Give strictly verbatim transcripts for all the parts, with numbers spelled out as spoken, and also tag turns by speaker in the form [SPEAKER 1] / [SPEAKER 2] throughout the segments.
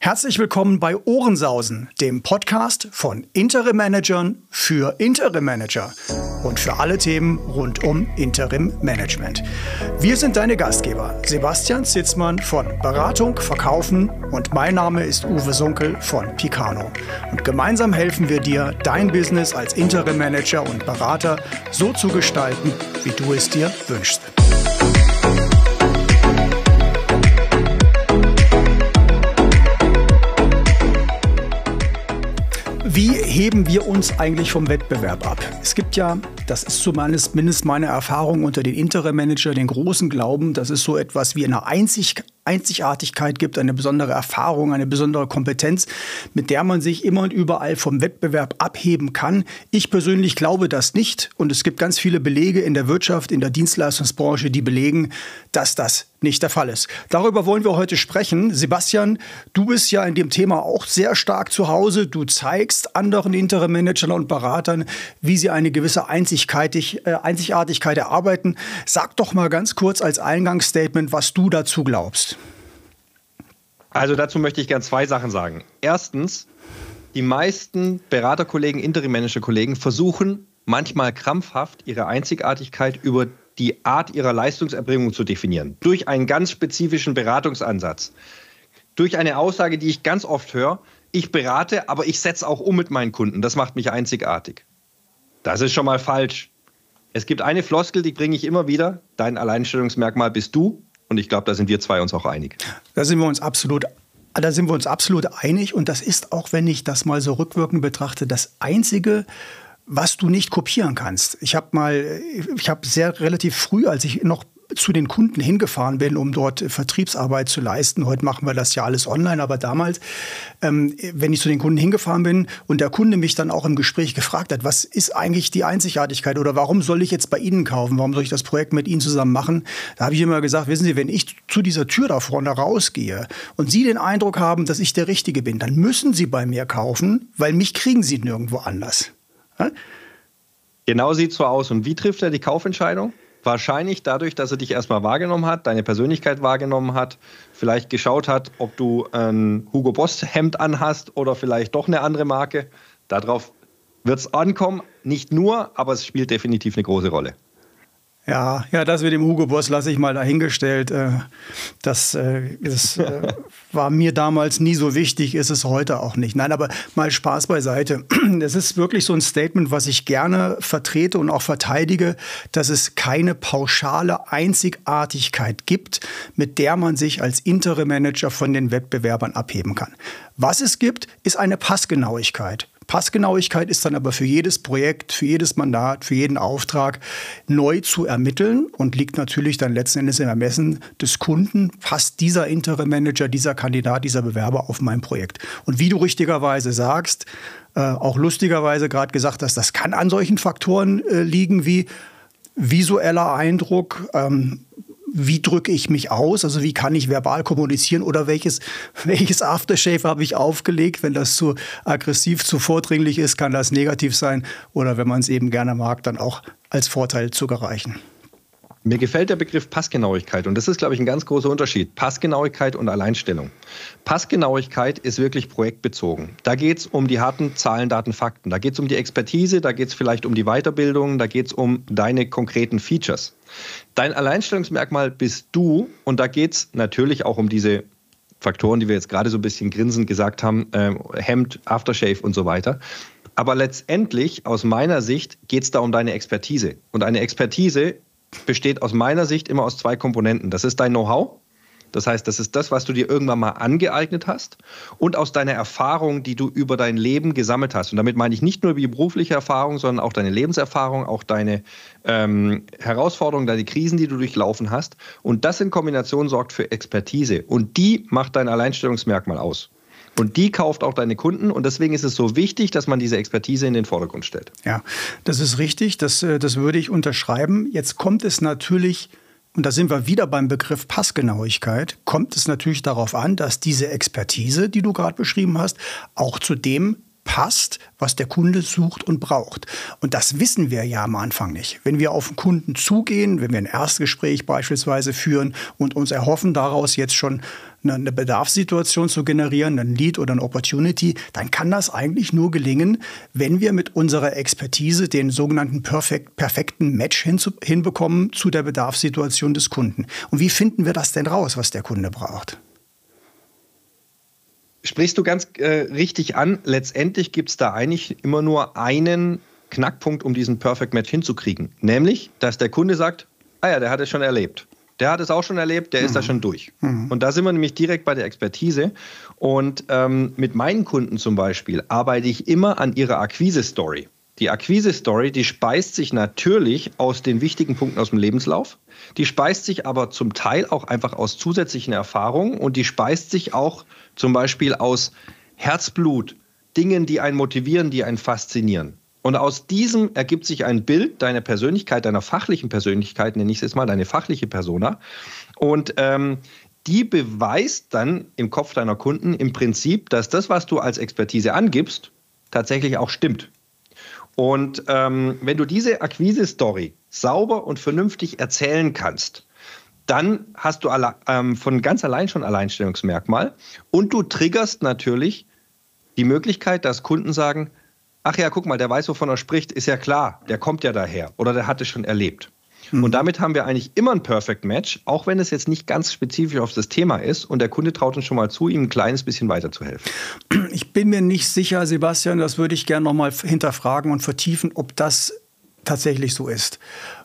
[SPEAKER 1] Herzlich willkommen bei Ohrensausen, dem Podcast von Interim Managern für Interim Manager und für alle Themen rund um Interim Management. Wir sind deine Gastgeber, Sebastian Zitzmann von Beratung, Verkaufen und mein Name ist Uwe Sunkel von Picano. Und gemeinsam helfen wir dir, dein Business als Interim Manager und Berater so zu gestalten, wie du es dir wünschst. Wie heben wir uns eigentlich vom Wettbewerb ab? Es gibt ja, das ist zumindest meine Erfahrung unter den Interim-Manager, den großen Glauben, dass es so etwas wie eine Einzig Einzigartigkeit gibt, eine besondere Erfahrung, eine besondere Kompetenz, mit der man sich immer und überall vom Wettbewerb abheben kann. Ich persönlich glaube das nicht und es gibt ganz viele Belege in der Wirtschaft, in der Dienstleistungsbranche, die belegen, dass das nicht der Fall ist. Darüber wollen wir heute sprechen. Sebastian, du bist ja in dem Thema auch sehr stark zu Hause. Du zeigst anderen Interim-Managern und Beratern, wie sie eine gewisse Einzigartig, äh, Einzigartigkeit erarbeiten. Sag doch mal ganz kurz als Eingangsstatement, was du dazu glaubst.
[SPEAKER 2] Also dazu möchte ich gern zwei Sachen sagen. Erstens, die meisten Beraterkollegen, Interim-Manager-Kollegen versuchen manchmal krampfhaft ihre Einzigartigkeit über die Art ihrer Leistungserbringung zu definieren. Durch einen ganz spezifischen Beratungsansatz. Durch eine Aussage, die ich ganz oft höre, ich berate, aber ich setze auch um mit meinen Kunden. Das macht mich einzigartig. Das ist schon mal falsch. Es gibt eine Floskel, die bringe ich immer wieder. Dein Alleinstellungsmerkmal bist du. Und ich glaube, da sind wir zwei uns auch einig.
[SPEAKER 1] Da sind wir uns absolut, da sind wir uns absolut einig. Und das ist auch, wenn ich das mal so rückwirkend betrachte, das Einzige, was du nicht kopieren kannst. Ich habe mal, ich habe sehr relativ früh, als ich noch zu den Kunden hingefahren bin, um dort Vertriebsarbeit zu leisten. Heute machen wir das ja alles online, aber damals, ähm, wenn ich zu den Kunden hingefahren bin und der Kunde mich dann auch im Gespräch gefragt hat, was ist eigentlich die Einzigartigkeit oder warum soll ich jetzt bei Ihnen kaufen, warum soll ich das Projekt mit Ihnen zusammen machen, da habe ich immer gesagt, wissen Sie, wenn ich zu dieser Tür da vorne rausgehe und Sie den Eindruck haben, dass ich der Richtige bin, dann müssen Sie bei mir kaufen, weil mich kriegen Sie nirgendwo anders. Ja?
[SPEAKER 2] Genau sieht es so aus. Und wie trifft er die Kaufentscheidung? Wahrscheinlich dadurch, dass er dich erstmal wahrgenommen hat, deine Persönlichkeit wahrgenommen hat, vielleicht geschaut hat, ob du ein Hugo Boss Hemd anhast oder vielleicht doch eine andere Marke. Darauf wird es ankommen. Nicht nur, aber es spielt definitiv eine große Rolle.
[SPEAKER 1] Ja, ja, das mit dem Hugo Boss lasse ich mal dahingestellt. Das, das war mir damals nie so wichtig, ist es heute auch nicht. Nein, aber mal Spaß beiseite. Es ist wirklich so ein Statement, was ich gerne vertrete und auch verteidige, dass es keine pauschale Einzigartigkeit gibt, mit der man sich als Interim-Manager von den Wettbewerbern abheben kann. Was es gibt, ist eine Passgenauigkeit. Passgenauigkeit ist dann aber für jedes Projekt, für jedes Mandat, für jeden Auftrag neu zu ermitteln und liegt natürlich dann letzten Endes im Ermessen des Kunden, passt dieser Interim-Manager, dieser Kandidat, dieser Bewerber auf mein Projekt. Und wie du richtigerweise sagst, äh, auch lustigerweise gerade gesagt hast, das kann an solchen Faktoren äh, liegen wie visueller Eindruck, ähm, wie drücke ich mich aus, also wie kann ich verbal kommunizieren oder welches, welches Aftershave habe ich aufgelegt. Wenn das zu aggressiv, zu vordringlich ist, kann das negativ sein oder wenn man es eben gerne mag, dann auch als Vorteil zu gereichen.
[SPEAKER 2] Mir gefällt der Begriff Passgenauigkeit und das ist, glaube ich, ein ganz großer Unterschied. Passgenauigkeit und Alleinstellung. Passgenauigkeit ist wirklich projektbezogen. Da geht es um die harten Zahlen, Daten, Fakten. Da geht es um die Expertise, da geht es vielleicht um die Weiterbildung, da geht es um deine konkreten Features. Dein Alleinstellungsmerkmal bist du und da geht es natürlich auch um diese Faktoren, die wir jetzt gerade so ein bisschen grinsend gesagt haben, äh, Hemd, Aftershave und so weiter. Aber letztendlich, aus meiner Sicht, geht es da um deine Expertise. Und eine Expertise besteht aus meiner Sicht immer aus zwei Komponenten. Das ist dein Know-how, das heißt, das ist das, was du dir irgendwann mal angeeignet hast und aus deiner Erfahrung, die du über dein Leben gesammelt hast. Und damit meine ich nicht nur die berufliche Erfahrung, sondern auch deine Lebenserfahrung, auch deine ähm, Herausforderungen, deine Krisen, die du durchlaufen hast. Und das in Kombination sorgt für Expertise und die macht dein Alleinstellungsmerkmal aus. Und die kauft auch deine Kunden und deswegen ist es so wichtig, dass man diese Expertise in den Vordergrund stellt.
[SPEAKER 1] Ja, das ist richtig, das, das würde ich unterschreiben. Jetzt kommt es natürlich, und da sind wir wieder beim Begriff Passgenauigkeit, kommt es natürlich darauf an, dass diese Expertise, die du gerade beschrieben hast, auch zu dem passt, was der Kunde sucht und braucht. Und das wissen wir ja am Anfang nicht. Wenn wir auf den Kunden zugehen, wenn wir ein Erstgespräch beispielsweise führen und uns erhoffen, daraus jetzt schon eine Bedarfssituation zu generieren, ein Lead oder eine Opportunity, dann kann das eigentlich nur gelingen, wenn wir mit unserer Expertise den sogenannten perfekt, perfekten Match hinzu, hinbekommen zu der Bedarfssituation des Kunden. Und wie finden wir das denn raus, was der Kunde braucht?
[SPEAKER 2] Sprichst du ganz äh, richtig an. Letztendlich gibt es da eigentlich immer nur einen Knackpunkt, um diesen Perfect Match hinzukriegen. Nämlich, dass der Kunde sagt, ah ja, der hat es schon erlebt. Der hat es auch schon erlebt, der mhm. ist da schon durch. Mhm. Und da sind wir nämlich direkt bei der Expertise. Und ähm, mit meinen Kunden zum Beispiel arbeite ich immer an ihrer Akquise-Story. Die Akquise-Story, die speist sich natürlich aus den wichtigen Punkten aus dem Lebenslauf. Die speist sich aber zum Teil auch einfach aus zusätzlichen Erfahrungen. Und die speist sich auch zum Beispiel aus Herzblut, Dingen, die einen motivieren, die einen faszinieren. Und aus diesem ergibt sich ein Bild deiner Persönlichkeit, deiner fachlichen Persönlichkeit, nenne ich es jetzt mal, deine fachliche Persona. Und ähm, die beweist dann im Kopf deiner Kunden im Prinzip, dass das, was du als Expertise angibst, tatsächlich auch stimmt. Und ähm, wenn du diese Akquise-Story sauber und vernünftig erzählen kannst, dann hast du alle, ähm, von ganz allein schon Alleinstellungsmerkmal. Und du triggerst natürlich die Möglichkeit, dass Kunden sagen, ach ja, guck mal, der weiß, wovon er spricht, ist ja klar, der kommt ja daher oder der hat es schon erlebt. Mhm. Und damit haben wir eigentlich immer ein Perfect Match, auch wenn es jetzt nicht ganz spezifisch auf das Thema ist und der Kunde traut uns schon mal zu, ihm ein kleines bisschen weiterzuhelfen.
[SPEAKER 1] Ich bin mir nicht sicher, Sebastian, das würde ich gerne noch mal hinterfragen und vertiefen, ob das tatsächlich so ist.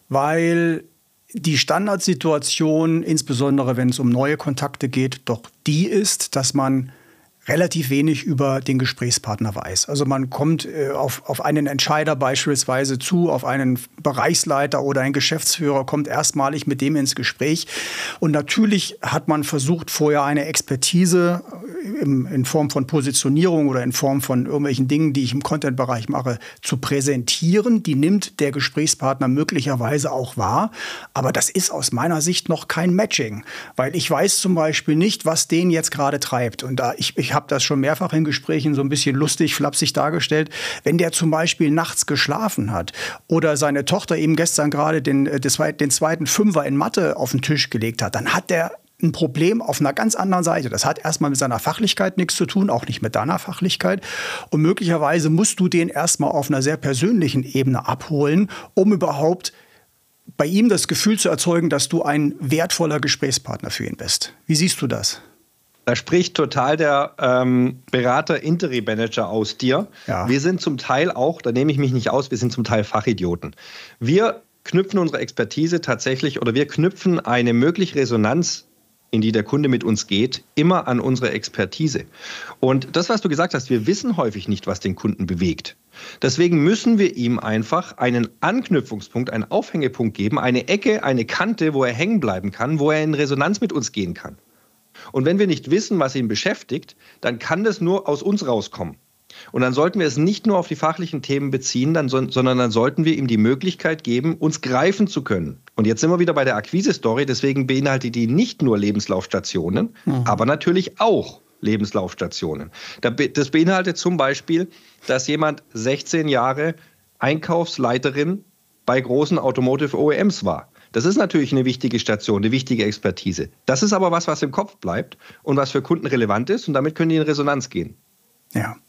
[SPEAKER 1] Weil die Standardsituation, insbesondere wenn es um neue Kontakte geht, doch die ist, dass man relativ wenig über den Gesprächspartner weiß. Also man kommt äh, auf, auf einen Entscheider beispielsweise zu, auf einen Bereichsleiter oder einen Geschäftsführer, kommt erstmalig mit dem ins Gespräch. Und natürlich hat man versucht, vorher eine Expertise im, in Form von Positionierung oder in Form von irgendwelchen Dingen, die ich im Content-Bereich mache, zu präsentieren. Die nimmt der Gesprächspartner möglicherweise auch wahr. Aber das ist aus meiner Sicht noch kein Matching. Weil ich weiß zum Beispiel nicht, was den jetzt gerade treibt. Und da ich, ich habe das schon mehrfach in Gesprächen so ein bisschen lustig, flapsig dargestellt. Wenn der zum Beispiel nachts geschlafen hat oder seine Tochter eben gestern gerade den, den zweiten Fünfer in Mathe auf den Tisch gelegt hat, dann hat der ein Problem auf einer ganz anderen Seite. Das hat erstmal mit seiner Fachlichkeit nichts zu tun, auch nicht mit deiner Fachlichkeit. Und möglicherweise musst du den erstmal auf einer sehr persönlichen Ebene abholen, um überhaupt bei ihm das Gefühl zu erzeugen, dass du ein wertvoller Gesprächspartner für ihn bist. Wie siehst du das?
[SPEAKER 2] Da spricht total der ähm, Berater-Interim-Manager aus dir. Ja. Wir sind zum Teil auch, da nehme ich mich nicht aus, wir sind zum Teil Fachidioten. Wir knüpfen unsere Expertise tatsächlich oder wir knüpfen eine mögliche Resonanz, in die der Kunde mit uns geht, immer an unsere Expertise. Und das, was du gesagt hast, wir wissen häufig nicht, was den Kunden bewegt. Deswegen müssen wir ihm einfach einen Anknüpfungspunkt, einen Aufhängepunkt geben, eine Ecke, eine Kante, wo er hängen bleiben kann, wo er in Resonanz mit uns gehen kann. Und wenn wir nicht wissen, was ihn beschäftigt, dann kann das nur aus uns rauskommen. Und dann sollten wir es nicht nur auf die fachlichen Themen beziehen, dann, sondern dann sollten wir ihm die Möglichkeit geben, uns greifen zu können. Und jetzt sind wir wieder bei der Akquise-Story, deswegen beinhaltet die nicht nur Lebenslaufstationen, mhm. aber natürlich auch Lebenslaufstationen. Das beinhaltet zum Beispiel, dass jemand sechzehn Jahre Einkaufsleiterin bei großen Automotive O E Ms war. Das ist natürlich eine wichtige Station, eine wichtige Expertise. Das ist aber was, was im Kopf bleibt und was für Kunden relevant ist und damit können die in Resonanz gehen.
[SPEAKER 1] Ja.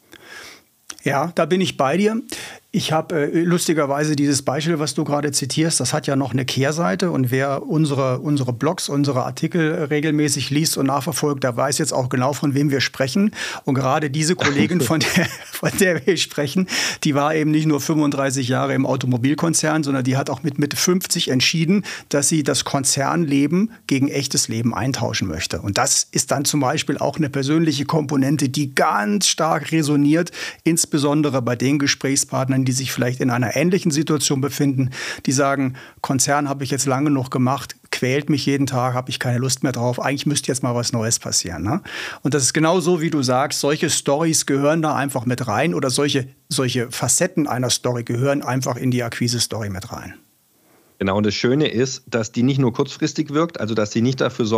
[SPEAKER 1] Ja, da bin ich bei dir. Ich habe äh, lustigerweise dieses Beispiel, was du gerade zitierst, das hat ja noch eine Kehrseite. Und wer unsere, unsere Blogs, unsere Artikel regelmäßig liest und nachverfolgt, der weiß jetzt auch genau, von wem wir sprechen. Und gerade diese Kollegin, von der, von der wir sprechen, die war eben nicht nur fünfunddreißig Jahre im Automobilkonzern, sondern die hat auch mit Mitte fünfzig entschieden, dass sie das Konzernleben gegen echtes Leben eintauschen möchte. Und das ist dann zum Beispiel auch eine persönliche Komponente, die ganz stark resoniert, insbesondere bei den Gesprächspartnern, die sich vielleicht in einer ähnlichen Situation befinden, die sagen, Konzern habe ich jetzt lange noch gemacht, quält mich jeden Tag, habe ich keine Lust mehr drauf, eigentlich müsste jetzt mal was Neues passieren. Ne? Und das ist genau so, wie du sagst, solche Storys gehören da einfach mit rein oder solche, solche Facetten einer Story gehören einfach in die Akquise-Story mit rein.
[SPEAKER 2] Genau, und das Schöne ist, dass die nicht nur kurzfristig wirkt, also dass die nicht dafür sorgt,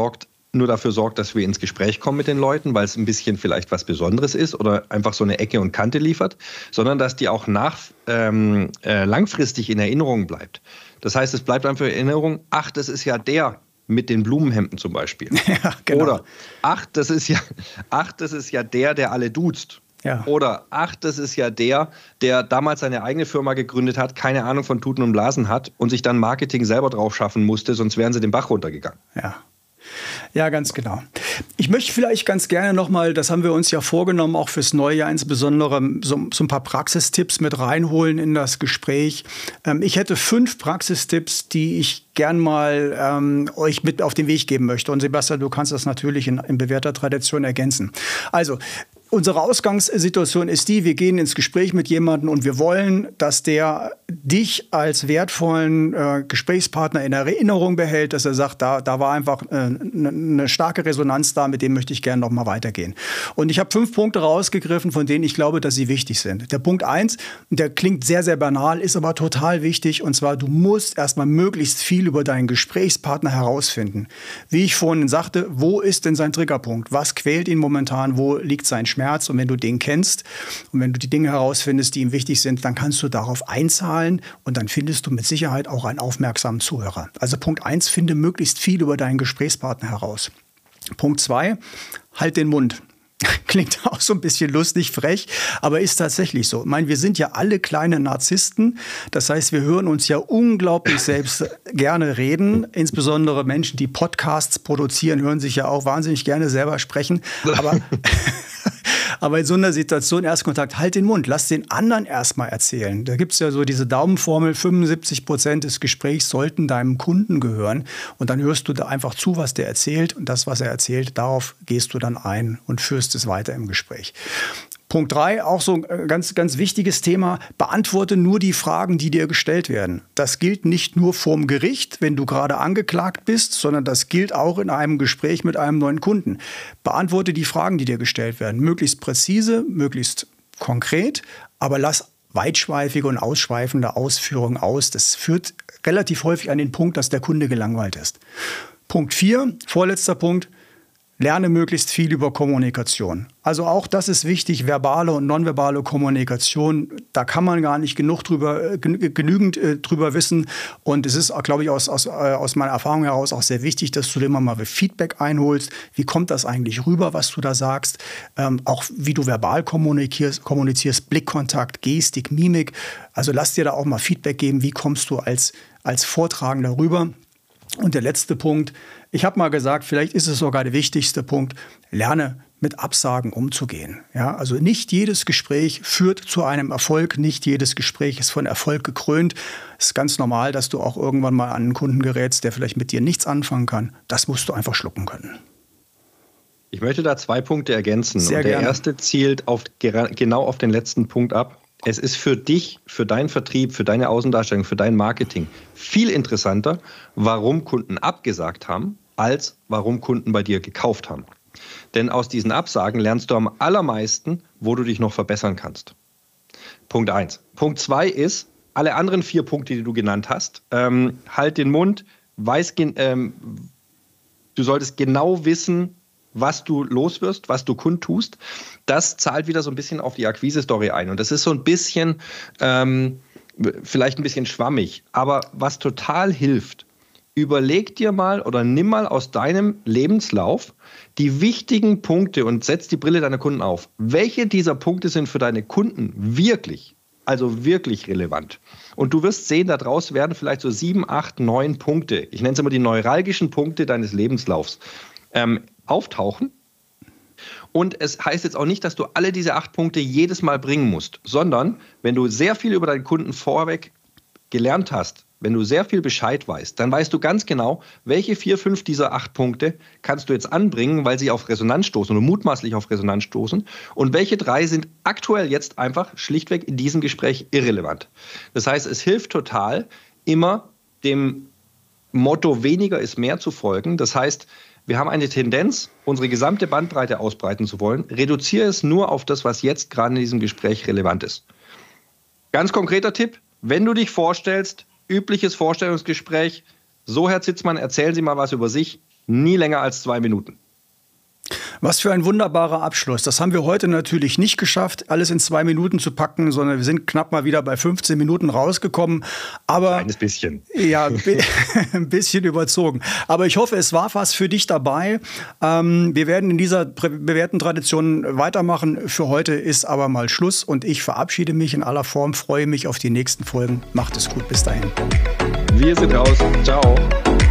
[SPEAKER 2] nur dafür sorgt, dass wir ins Gespräch kommen mit den Leuten, weil es ein bisschen vielleicht was Besonderes ist oder einfach so eine Ecke und Kante liefert, sondern dass die auch nach, ähm, äh, langfristig in Erinnerung bleibt. Das heißt, es bleibt einfach in Erinnerung, ach, das ist ja der mit den Blumenhemden zum Beispiel.
[SPEAKER 1] Ja, genau.
[SPEAKER 2] Oder, ach, das ist ja, ach, das ist ja der, der alle duzt.
[SPEAKER 1] Ja.
[SPEAKER 2] Oder, ach, das ist ja der, der damals seine eigene Firma gegründet hat, keine Ahnung von Tuten und Blasen hat und sich dann Marketing selber drauf schaffen musste, sonst wären sie den Bach runtergegangen.
[SPEAKER 1] Ja. Ja, ganz genau. Ich möchte vielleicht ganz gerne nochmal, das haben wir uns ja vorgenommen, auch fürs neue Jahr insbesondere, so, so ein paar Praxistipps mit reinholen in das Gespräch. Ähm, ich hätte fünf Praxistipps, die ich gern mal ähm, euch mit auf den Weg geben möchte. Und Sebastian, du kannst das natürlich in, in bewährter Tradition ergänzen. Also, unsere Ausgangssituation ist die, wir gehen ins Gespräch mit jemandem und wir wollen, dass der dich als wertvollen äh, Gesprächspartner in Erinnerung behält, dass er sagt, da, da war einfach äh, eine starke Resonanz da, mit dem möchte ich gerne noch mal weitergehen. Und ich habe fünf Punkte rausgegriffen, von denen ich glaube, dass sie wichtig sind. Der Punkt eins, der klingt sehr, sehr banal, ist aber total wichtig. Und zwar, du musst erstmal möglichst viel über deinen Gesprächspartner herausfinden. Wie ich vorhin sagte, wo ist denn sein Triggerpunkt? Was quält ihn momentan? Wo liegt sein Schmerz? Und wenn du den kennst und wenn du die Dinge herausfindest, die ihm wichtig sind, dann kannst du darauf einzahlen und dann findest du mit Sicherheit auch einen aufmerksamen Zuhörer. Also Punkt eins, finde möglichst viel über deinen Gesprächspartner heraus. Punkt zwei, halt den Mund. Klingt auch so ein bisschen lustig, frech, aber ist tatsächlich so. Ich meine, wir sind ja alle kleine Narzissten. Das heißt, wir hören uns ja unglaublich selbst gerne reden. Insbesondere Menschen, die Podcasts produzieren, hören sich ja auch wahnsinnig gerne selber sprechen. Aber Aber in so einer Situation Erstkontakt, halt den Mund, lass den anderen erstmal erzählen. Da gibt es ja so diese Daumenformel, fünfundsiebzig Prozent des Gesprächs sollten deinem Kunden gehören. Und dann hörst du da einfach zu, was der erzählt. Und das, was er erzählt, darauf gehst du dann ein und führst es weiter im Gespräch. Punkt drei, auch so ein ganz, ganz wichtiges Thema, beantworte nur die Fragen, die dir gestellt werden. Das gilt nicht nur vorm Gericht, wenn du gerade angeklagt bist, sondern das gilt auch in einem Gespräch mit einem neuen Kunden. Beantworte die Fragen, die dir gestellt werden. Möglichst präzise, möglichst konkret, aber lass weitschweifige und ausschweifende Ausführungen aus. Das führt relativ häufig an den Punkt, dass der Kunde gelangweilt ist. Punkt vier, vorletzter Punkt. Lerne möglichst viel über Kommunikation. Also auch das ist wichtig, verbale und nonverbale Kommunikation. Da kann man gar nicht genug drüber, genügend äh, drüber wissen. Und es ist, glaube ich, aus, aus, äh, aus meiner Erfahrung heraus auch sehr wichtig, dass du dir immer mal Feedback einholst. Wie kommt das eigentlich rüber, was du da sagst? Ähm, auch wie du verbal kommunizierst, kommunizierst, Blickkontakt, Gestik, Mimik. Also lass dir da auch mal Feedback geben. Wie kommst du als, als Vortragender rüber? Und der letzte Punkt, ich habe mal gesagt, vielleicht ist es sogar der wichtigste Punkt, lerne mit Absagen umzugehen. Ja, also nicht jedes Gespräch führt zu einem Erfolg, nicht jedes Gespräch ist von Erfolg gekrönt. Es ist ganz normal, dass du auch irgendwann mal an einen Kunden gerätst, der vielleicht mit dir nichts anfangen kann. Das musst du einfach schlucken können.
[SPEAKER 2] Ich möchte da zwei Punkte ergänzen.
[SPEAKER 1] Sehr
[SPEAKER 2] Und der
[SPEAKER 1] gerne.
[SPEAKER 2] erste zielt auf, genau auf den letzten Punkt ab. Es ist für dich, für deinen Vertrieb, für deine Außendarstellung, für dein Marketing viel interessanter, warum Kunden abgesagt haben, als warum Kunden bei dir gekauft haben. Denn aus diesen Absagen lernst du am allermeisten, wo du dich noch verbessern kannst. Punkt eins. Punkt zwei ist, alle anderen vier Punkte, die du genannt hast, ähm, halt den Mund, weiß, ähm, du solltest genau wissen, was du loswirst, was du kundtust. Das zahlt wieder so ein bisschen auf die Akquise-Story ein. Und das ist so ein bisschen, ähm, vielleicht ein bisschen schwammig, aber was total hilft, überleg dir mal oder nimm mal aus deinem Lebenslauf die wichtigen Punkte und setz die Brille deiner Kunden auf. Welche dieser Punkte sind für deine Kunden wirklich, also wirklich relevant? Und du wirst sehen, daraus werden vielleicht so sieben, acht, neun Punkte, ich nenne es immer die neuralgischen Punkte deines Lebenslaufs, ähm, auftauchen. Und es heißt jetzt auch nicht, dass du alle diese acht Punkte jedes Mal bringen musst, sondern wenn du sehr viel über deinen Kunden vorweg gelernt hast, wenn du sehr viel Bescheid weißt, dann weißt du ganz genau, welche vier, fünf dieser acht Punkte kannst du jetzt anbringen, weil sie auf Resonanz stoßen oder mutmaßlich auf Resonanz stoßen und welche drei sind aktuell jetzt einfach schlichtweg in diesem Gespräch irrelevant. Das heißt, es hilft total, immer dem Motto weniger ist mehr zu folgen. Das heißt, wir haben eine Tendenz, unsere gesamte Bandbreite ausbreiten zu wollen. Reduziere es nur auf das, was jetzt gerade in diesem Gespräch relevant ist. Ganz konkreter Tipp, wenn du dich vorstellst, übliches Vorstellungsgespräch, so Herr Zitzmann, erzählen Sie mal was über sich. Nie länger als zwei Minuten.
[SPEAKER 1] Was für ein wunderbarer Abschluss. Das haben wir heute natürlich nicht geschafft, alles in zwei Minuten zu packen, sondern wir sind knapp mal wieder bei fünfzehn Minuten rausgekommen. Aber
[SPEAKER 2] ein bisschen.
[SPEAKER 1] Ja, ein bisschen überzogen. Aber ich hoffe, es war was für dich dabei. Ähm, wir werden in dieser bewährten Tradition weitermachen. Für heute ist aber mal Schluss und ich verabschiede mich in aller Form, freue mich auf die nächsten Folgen. Macht es gut, bis dahin.
[SPEAKER 2] Wir sind raus. Ciao.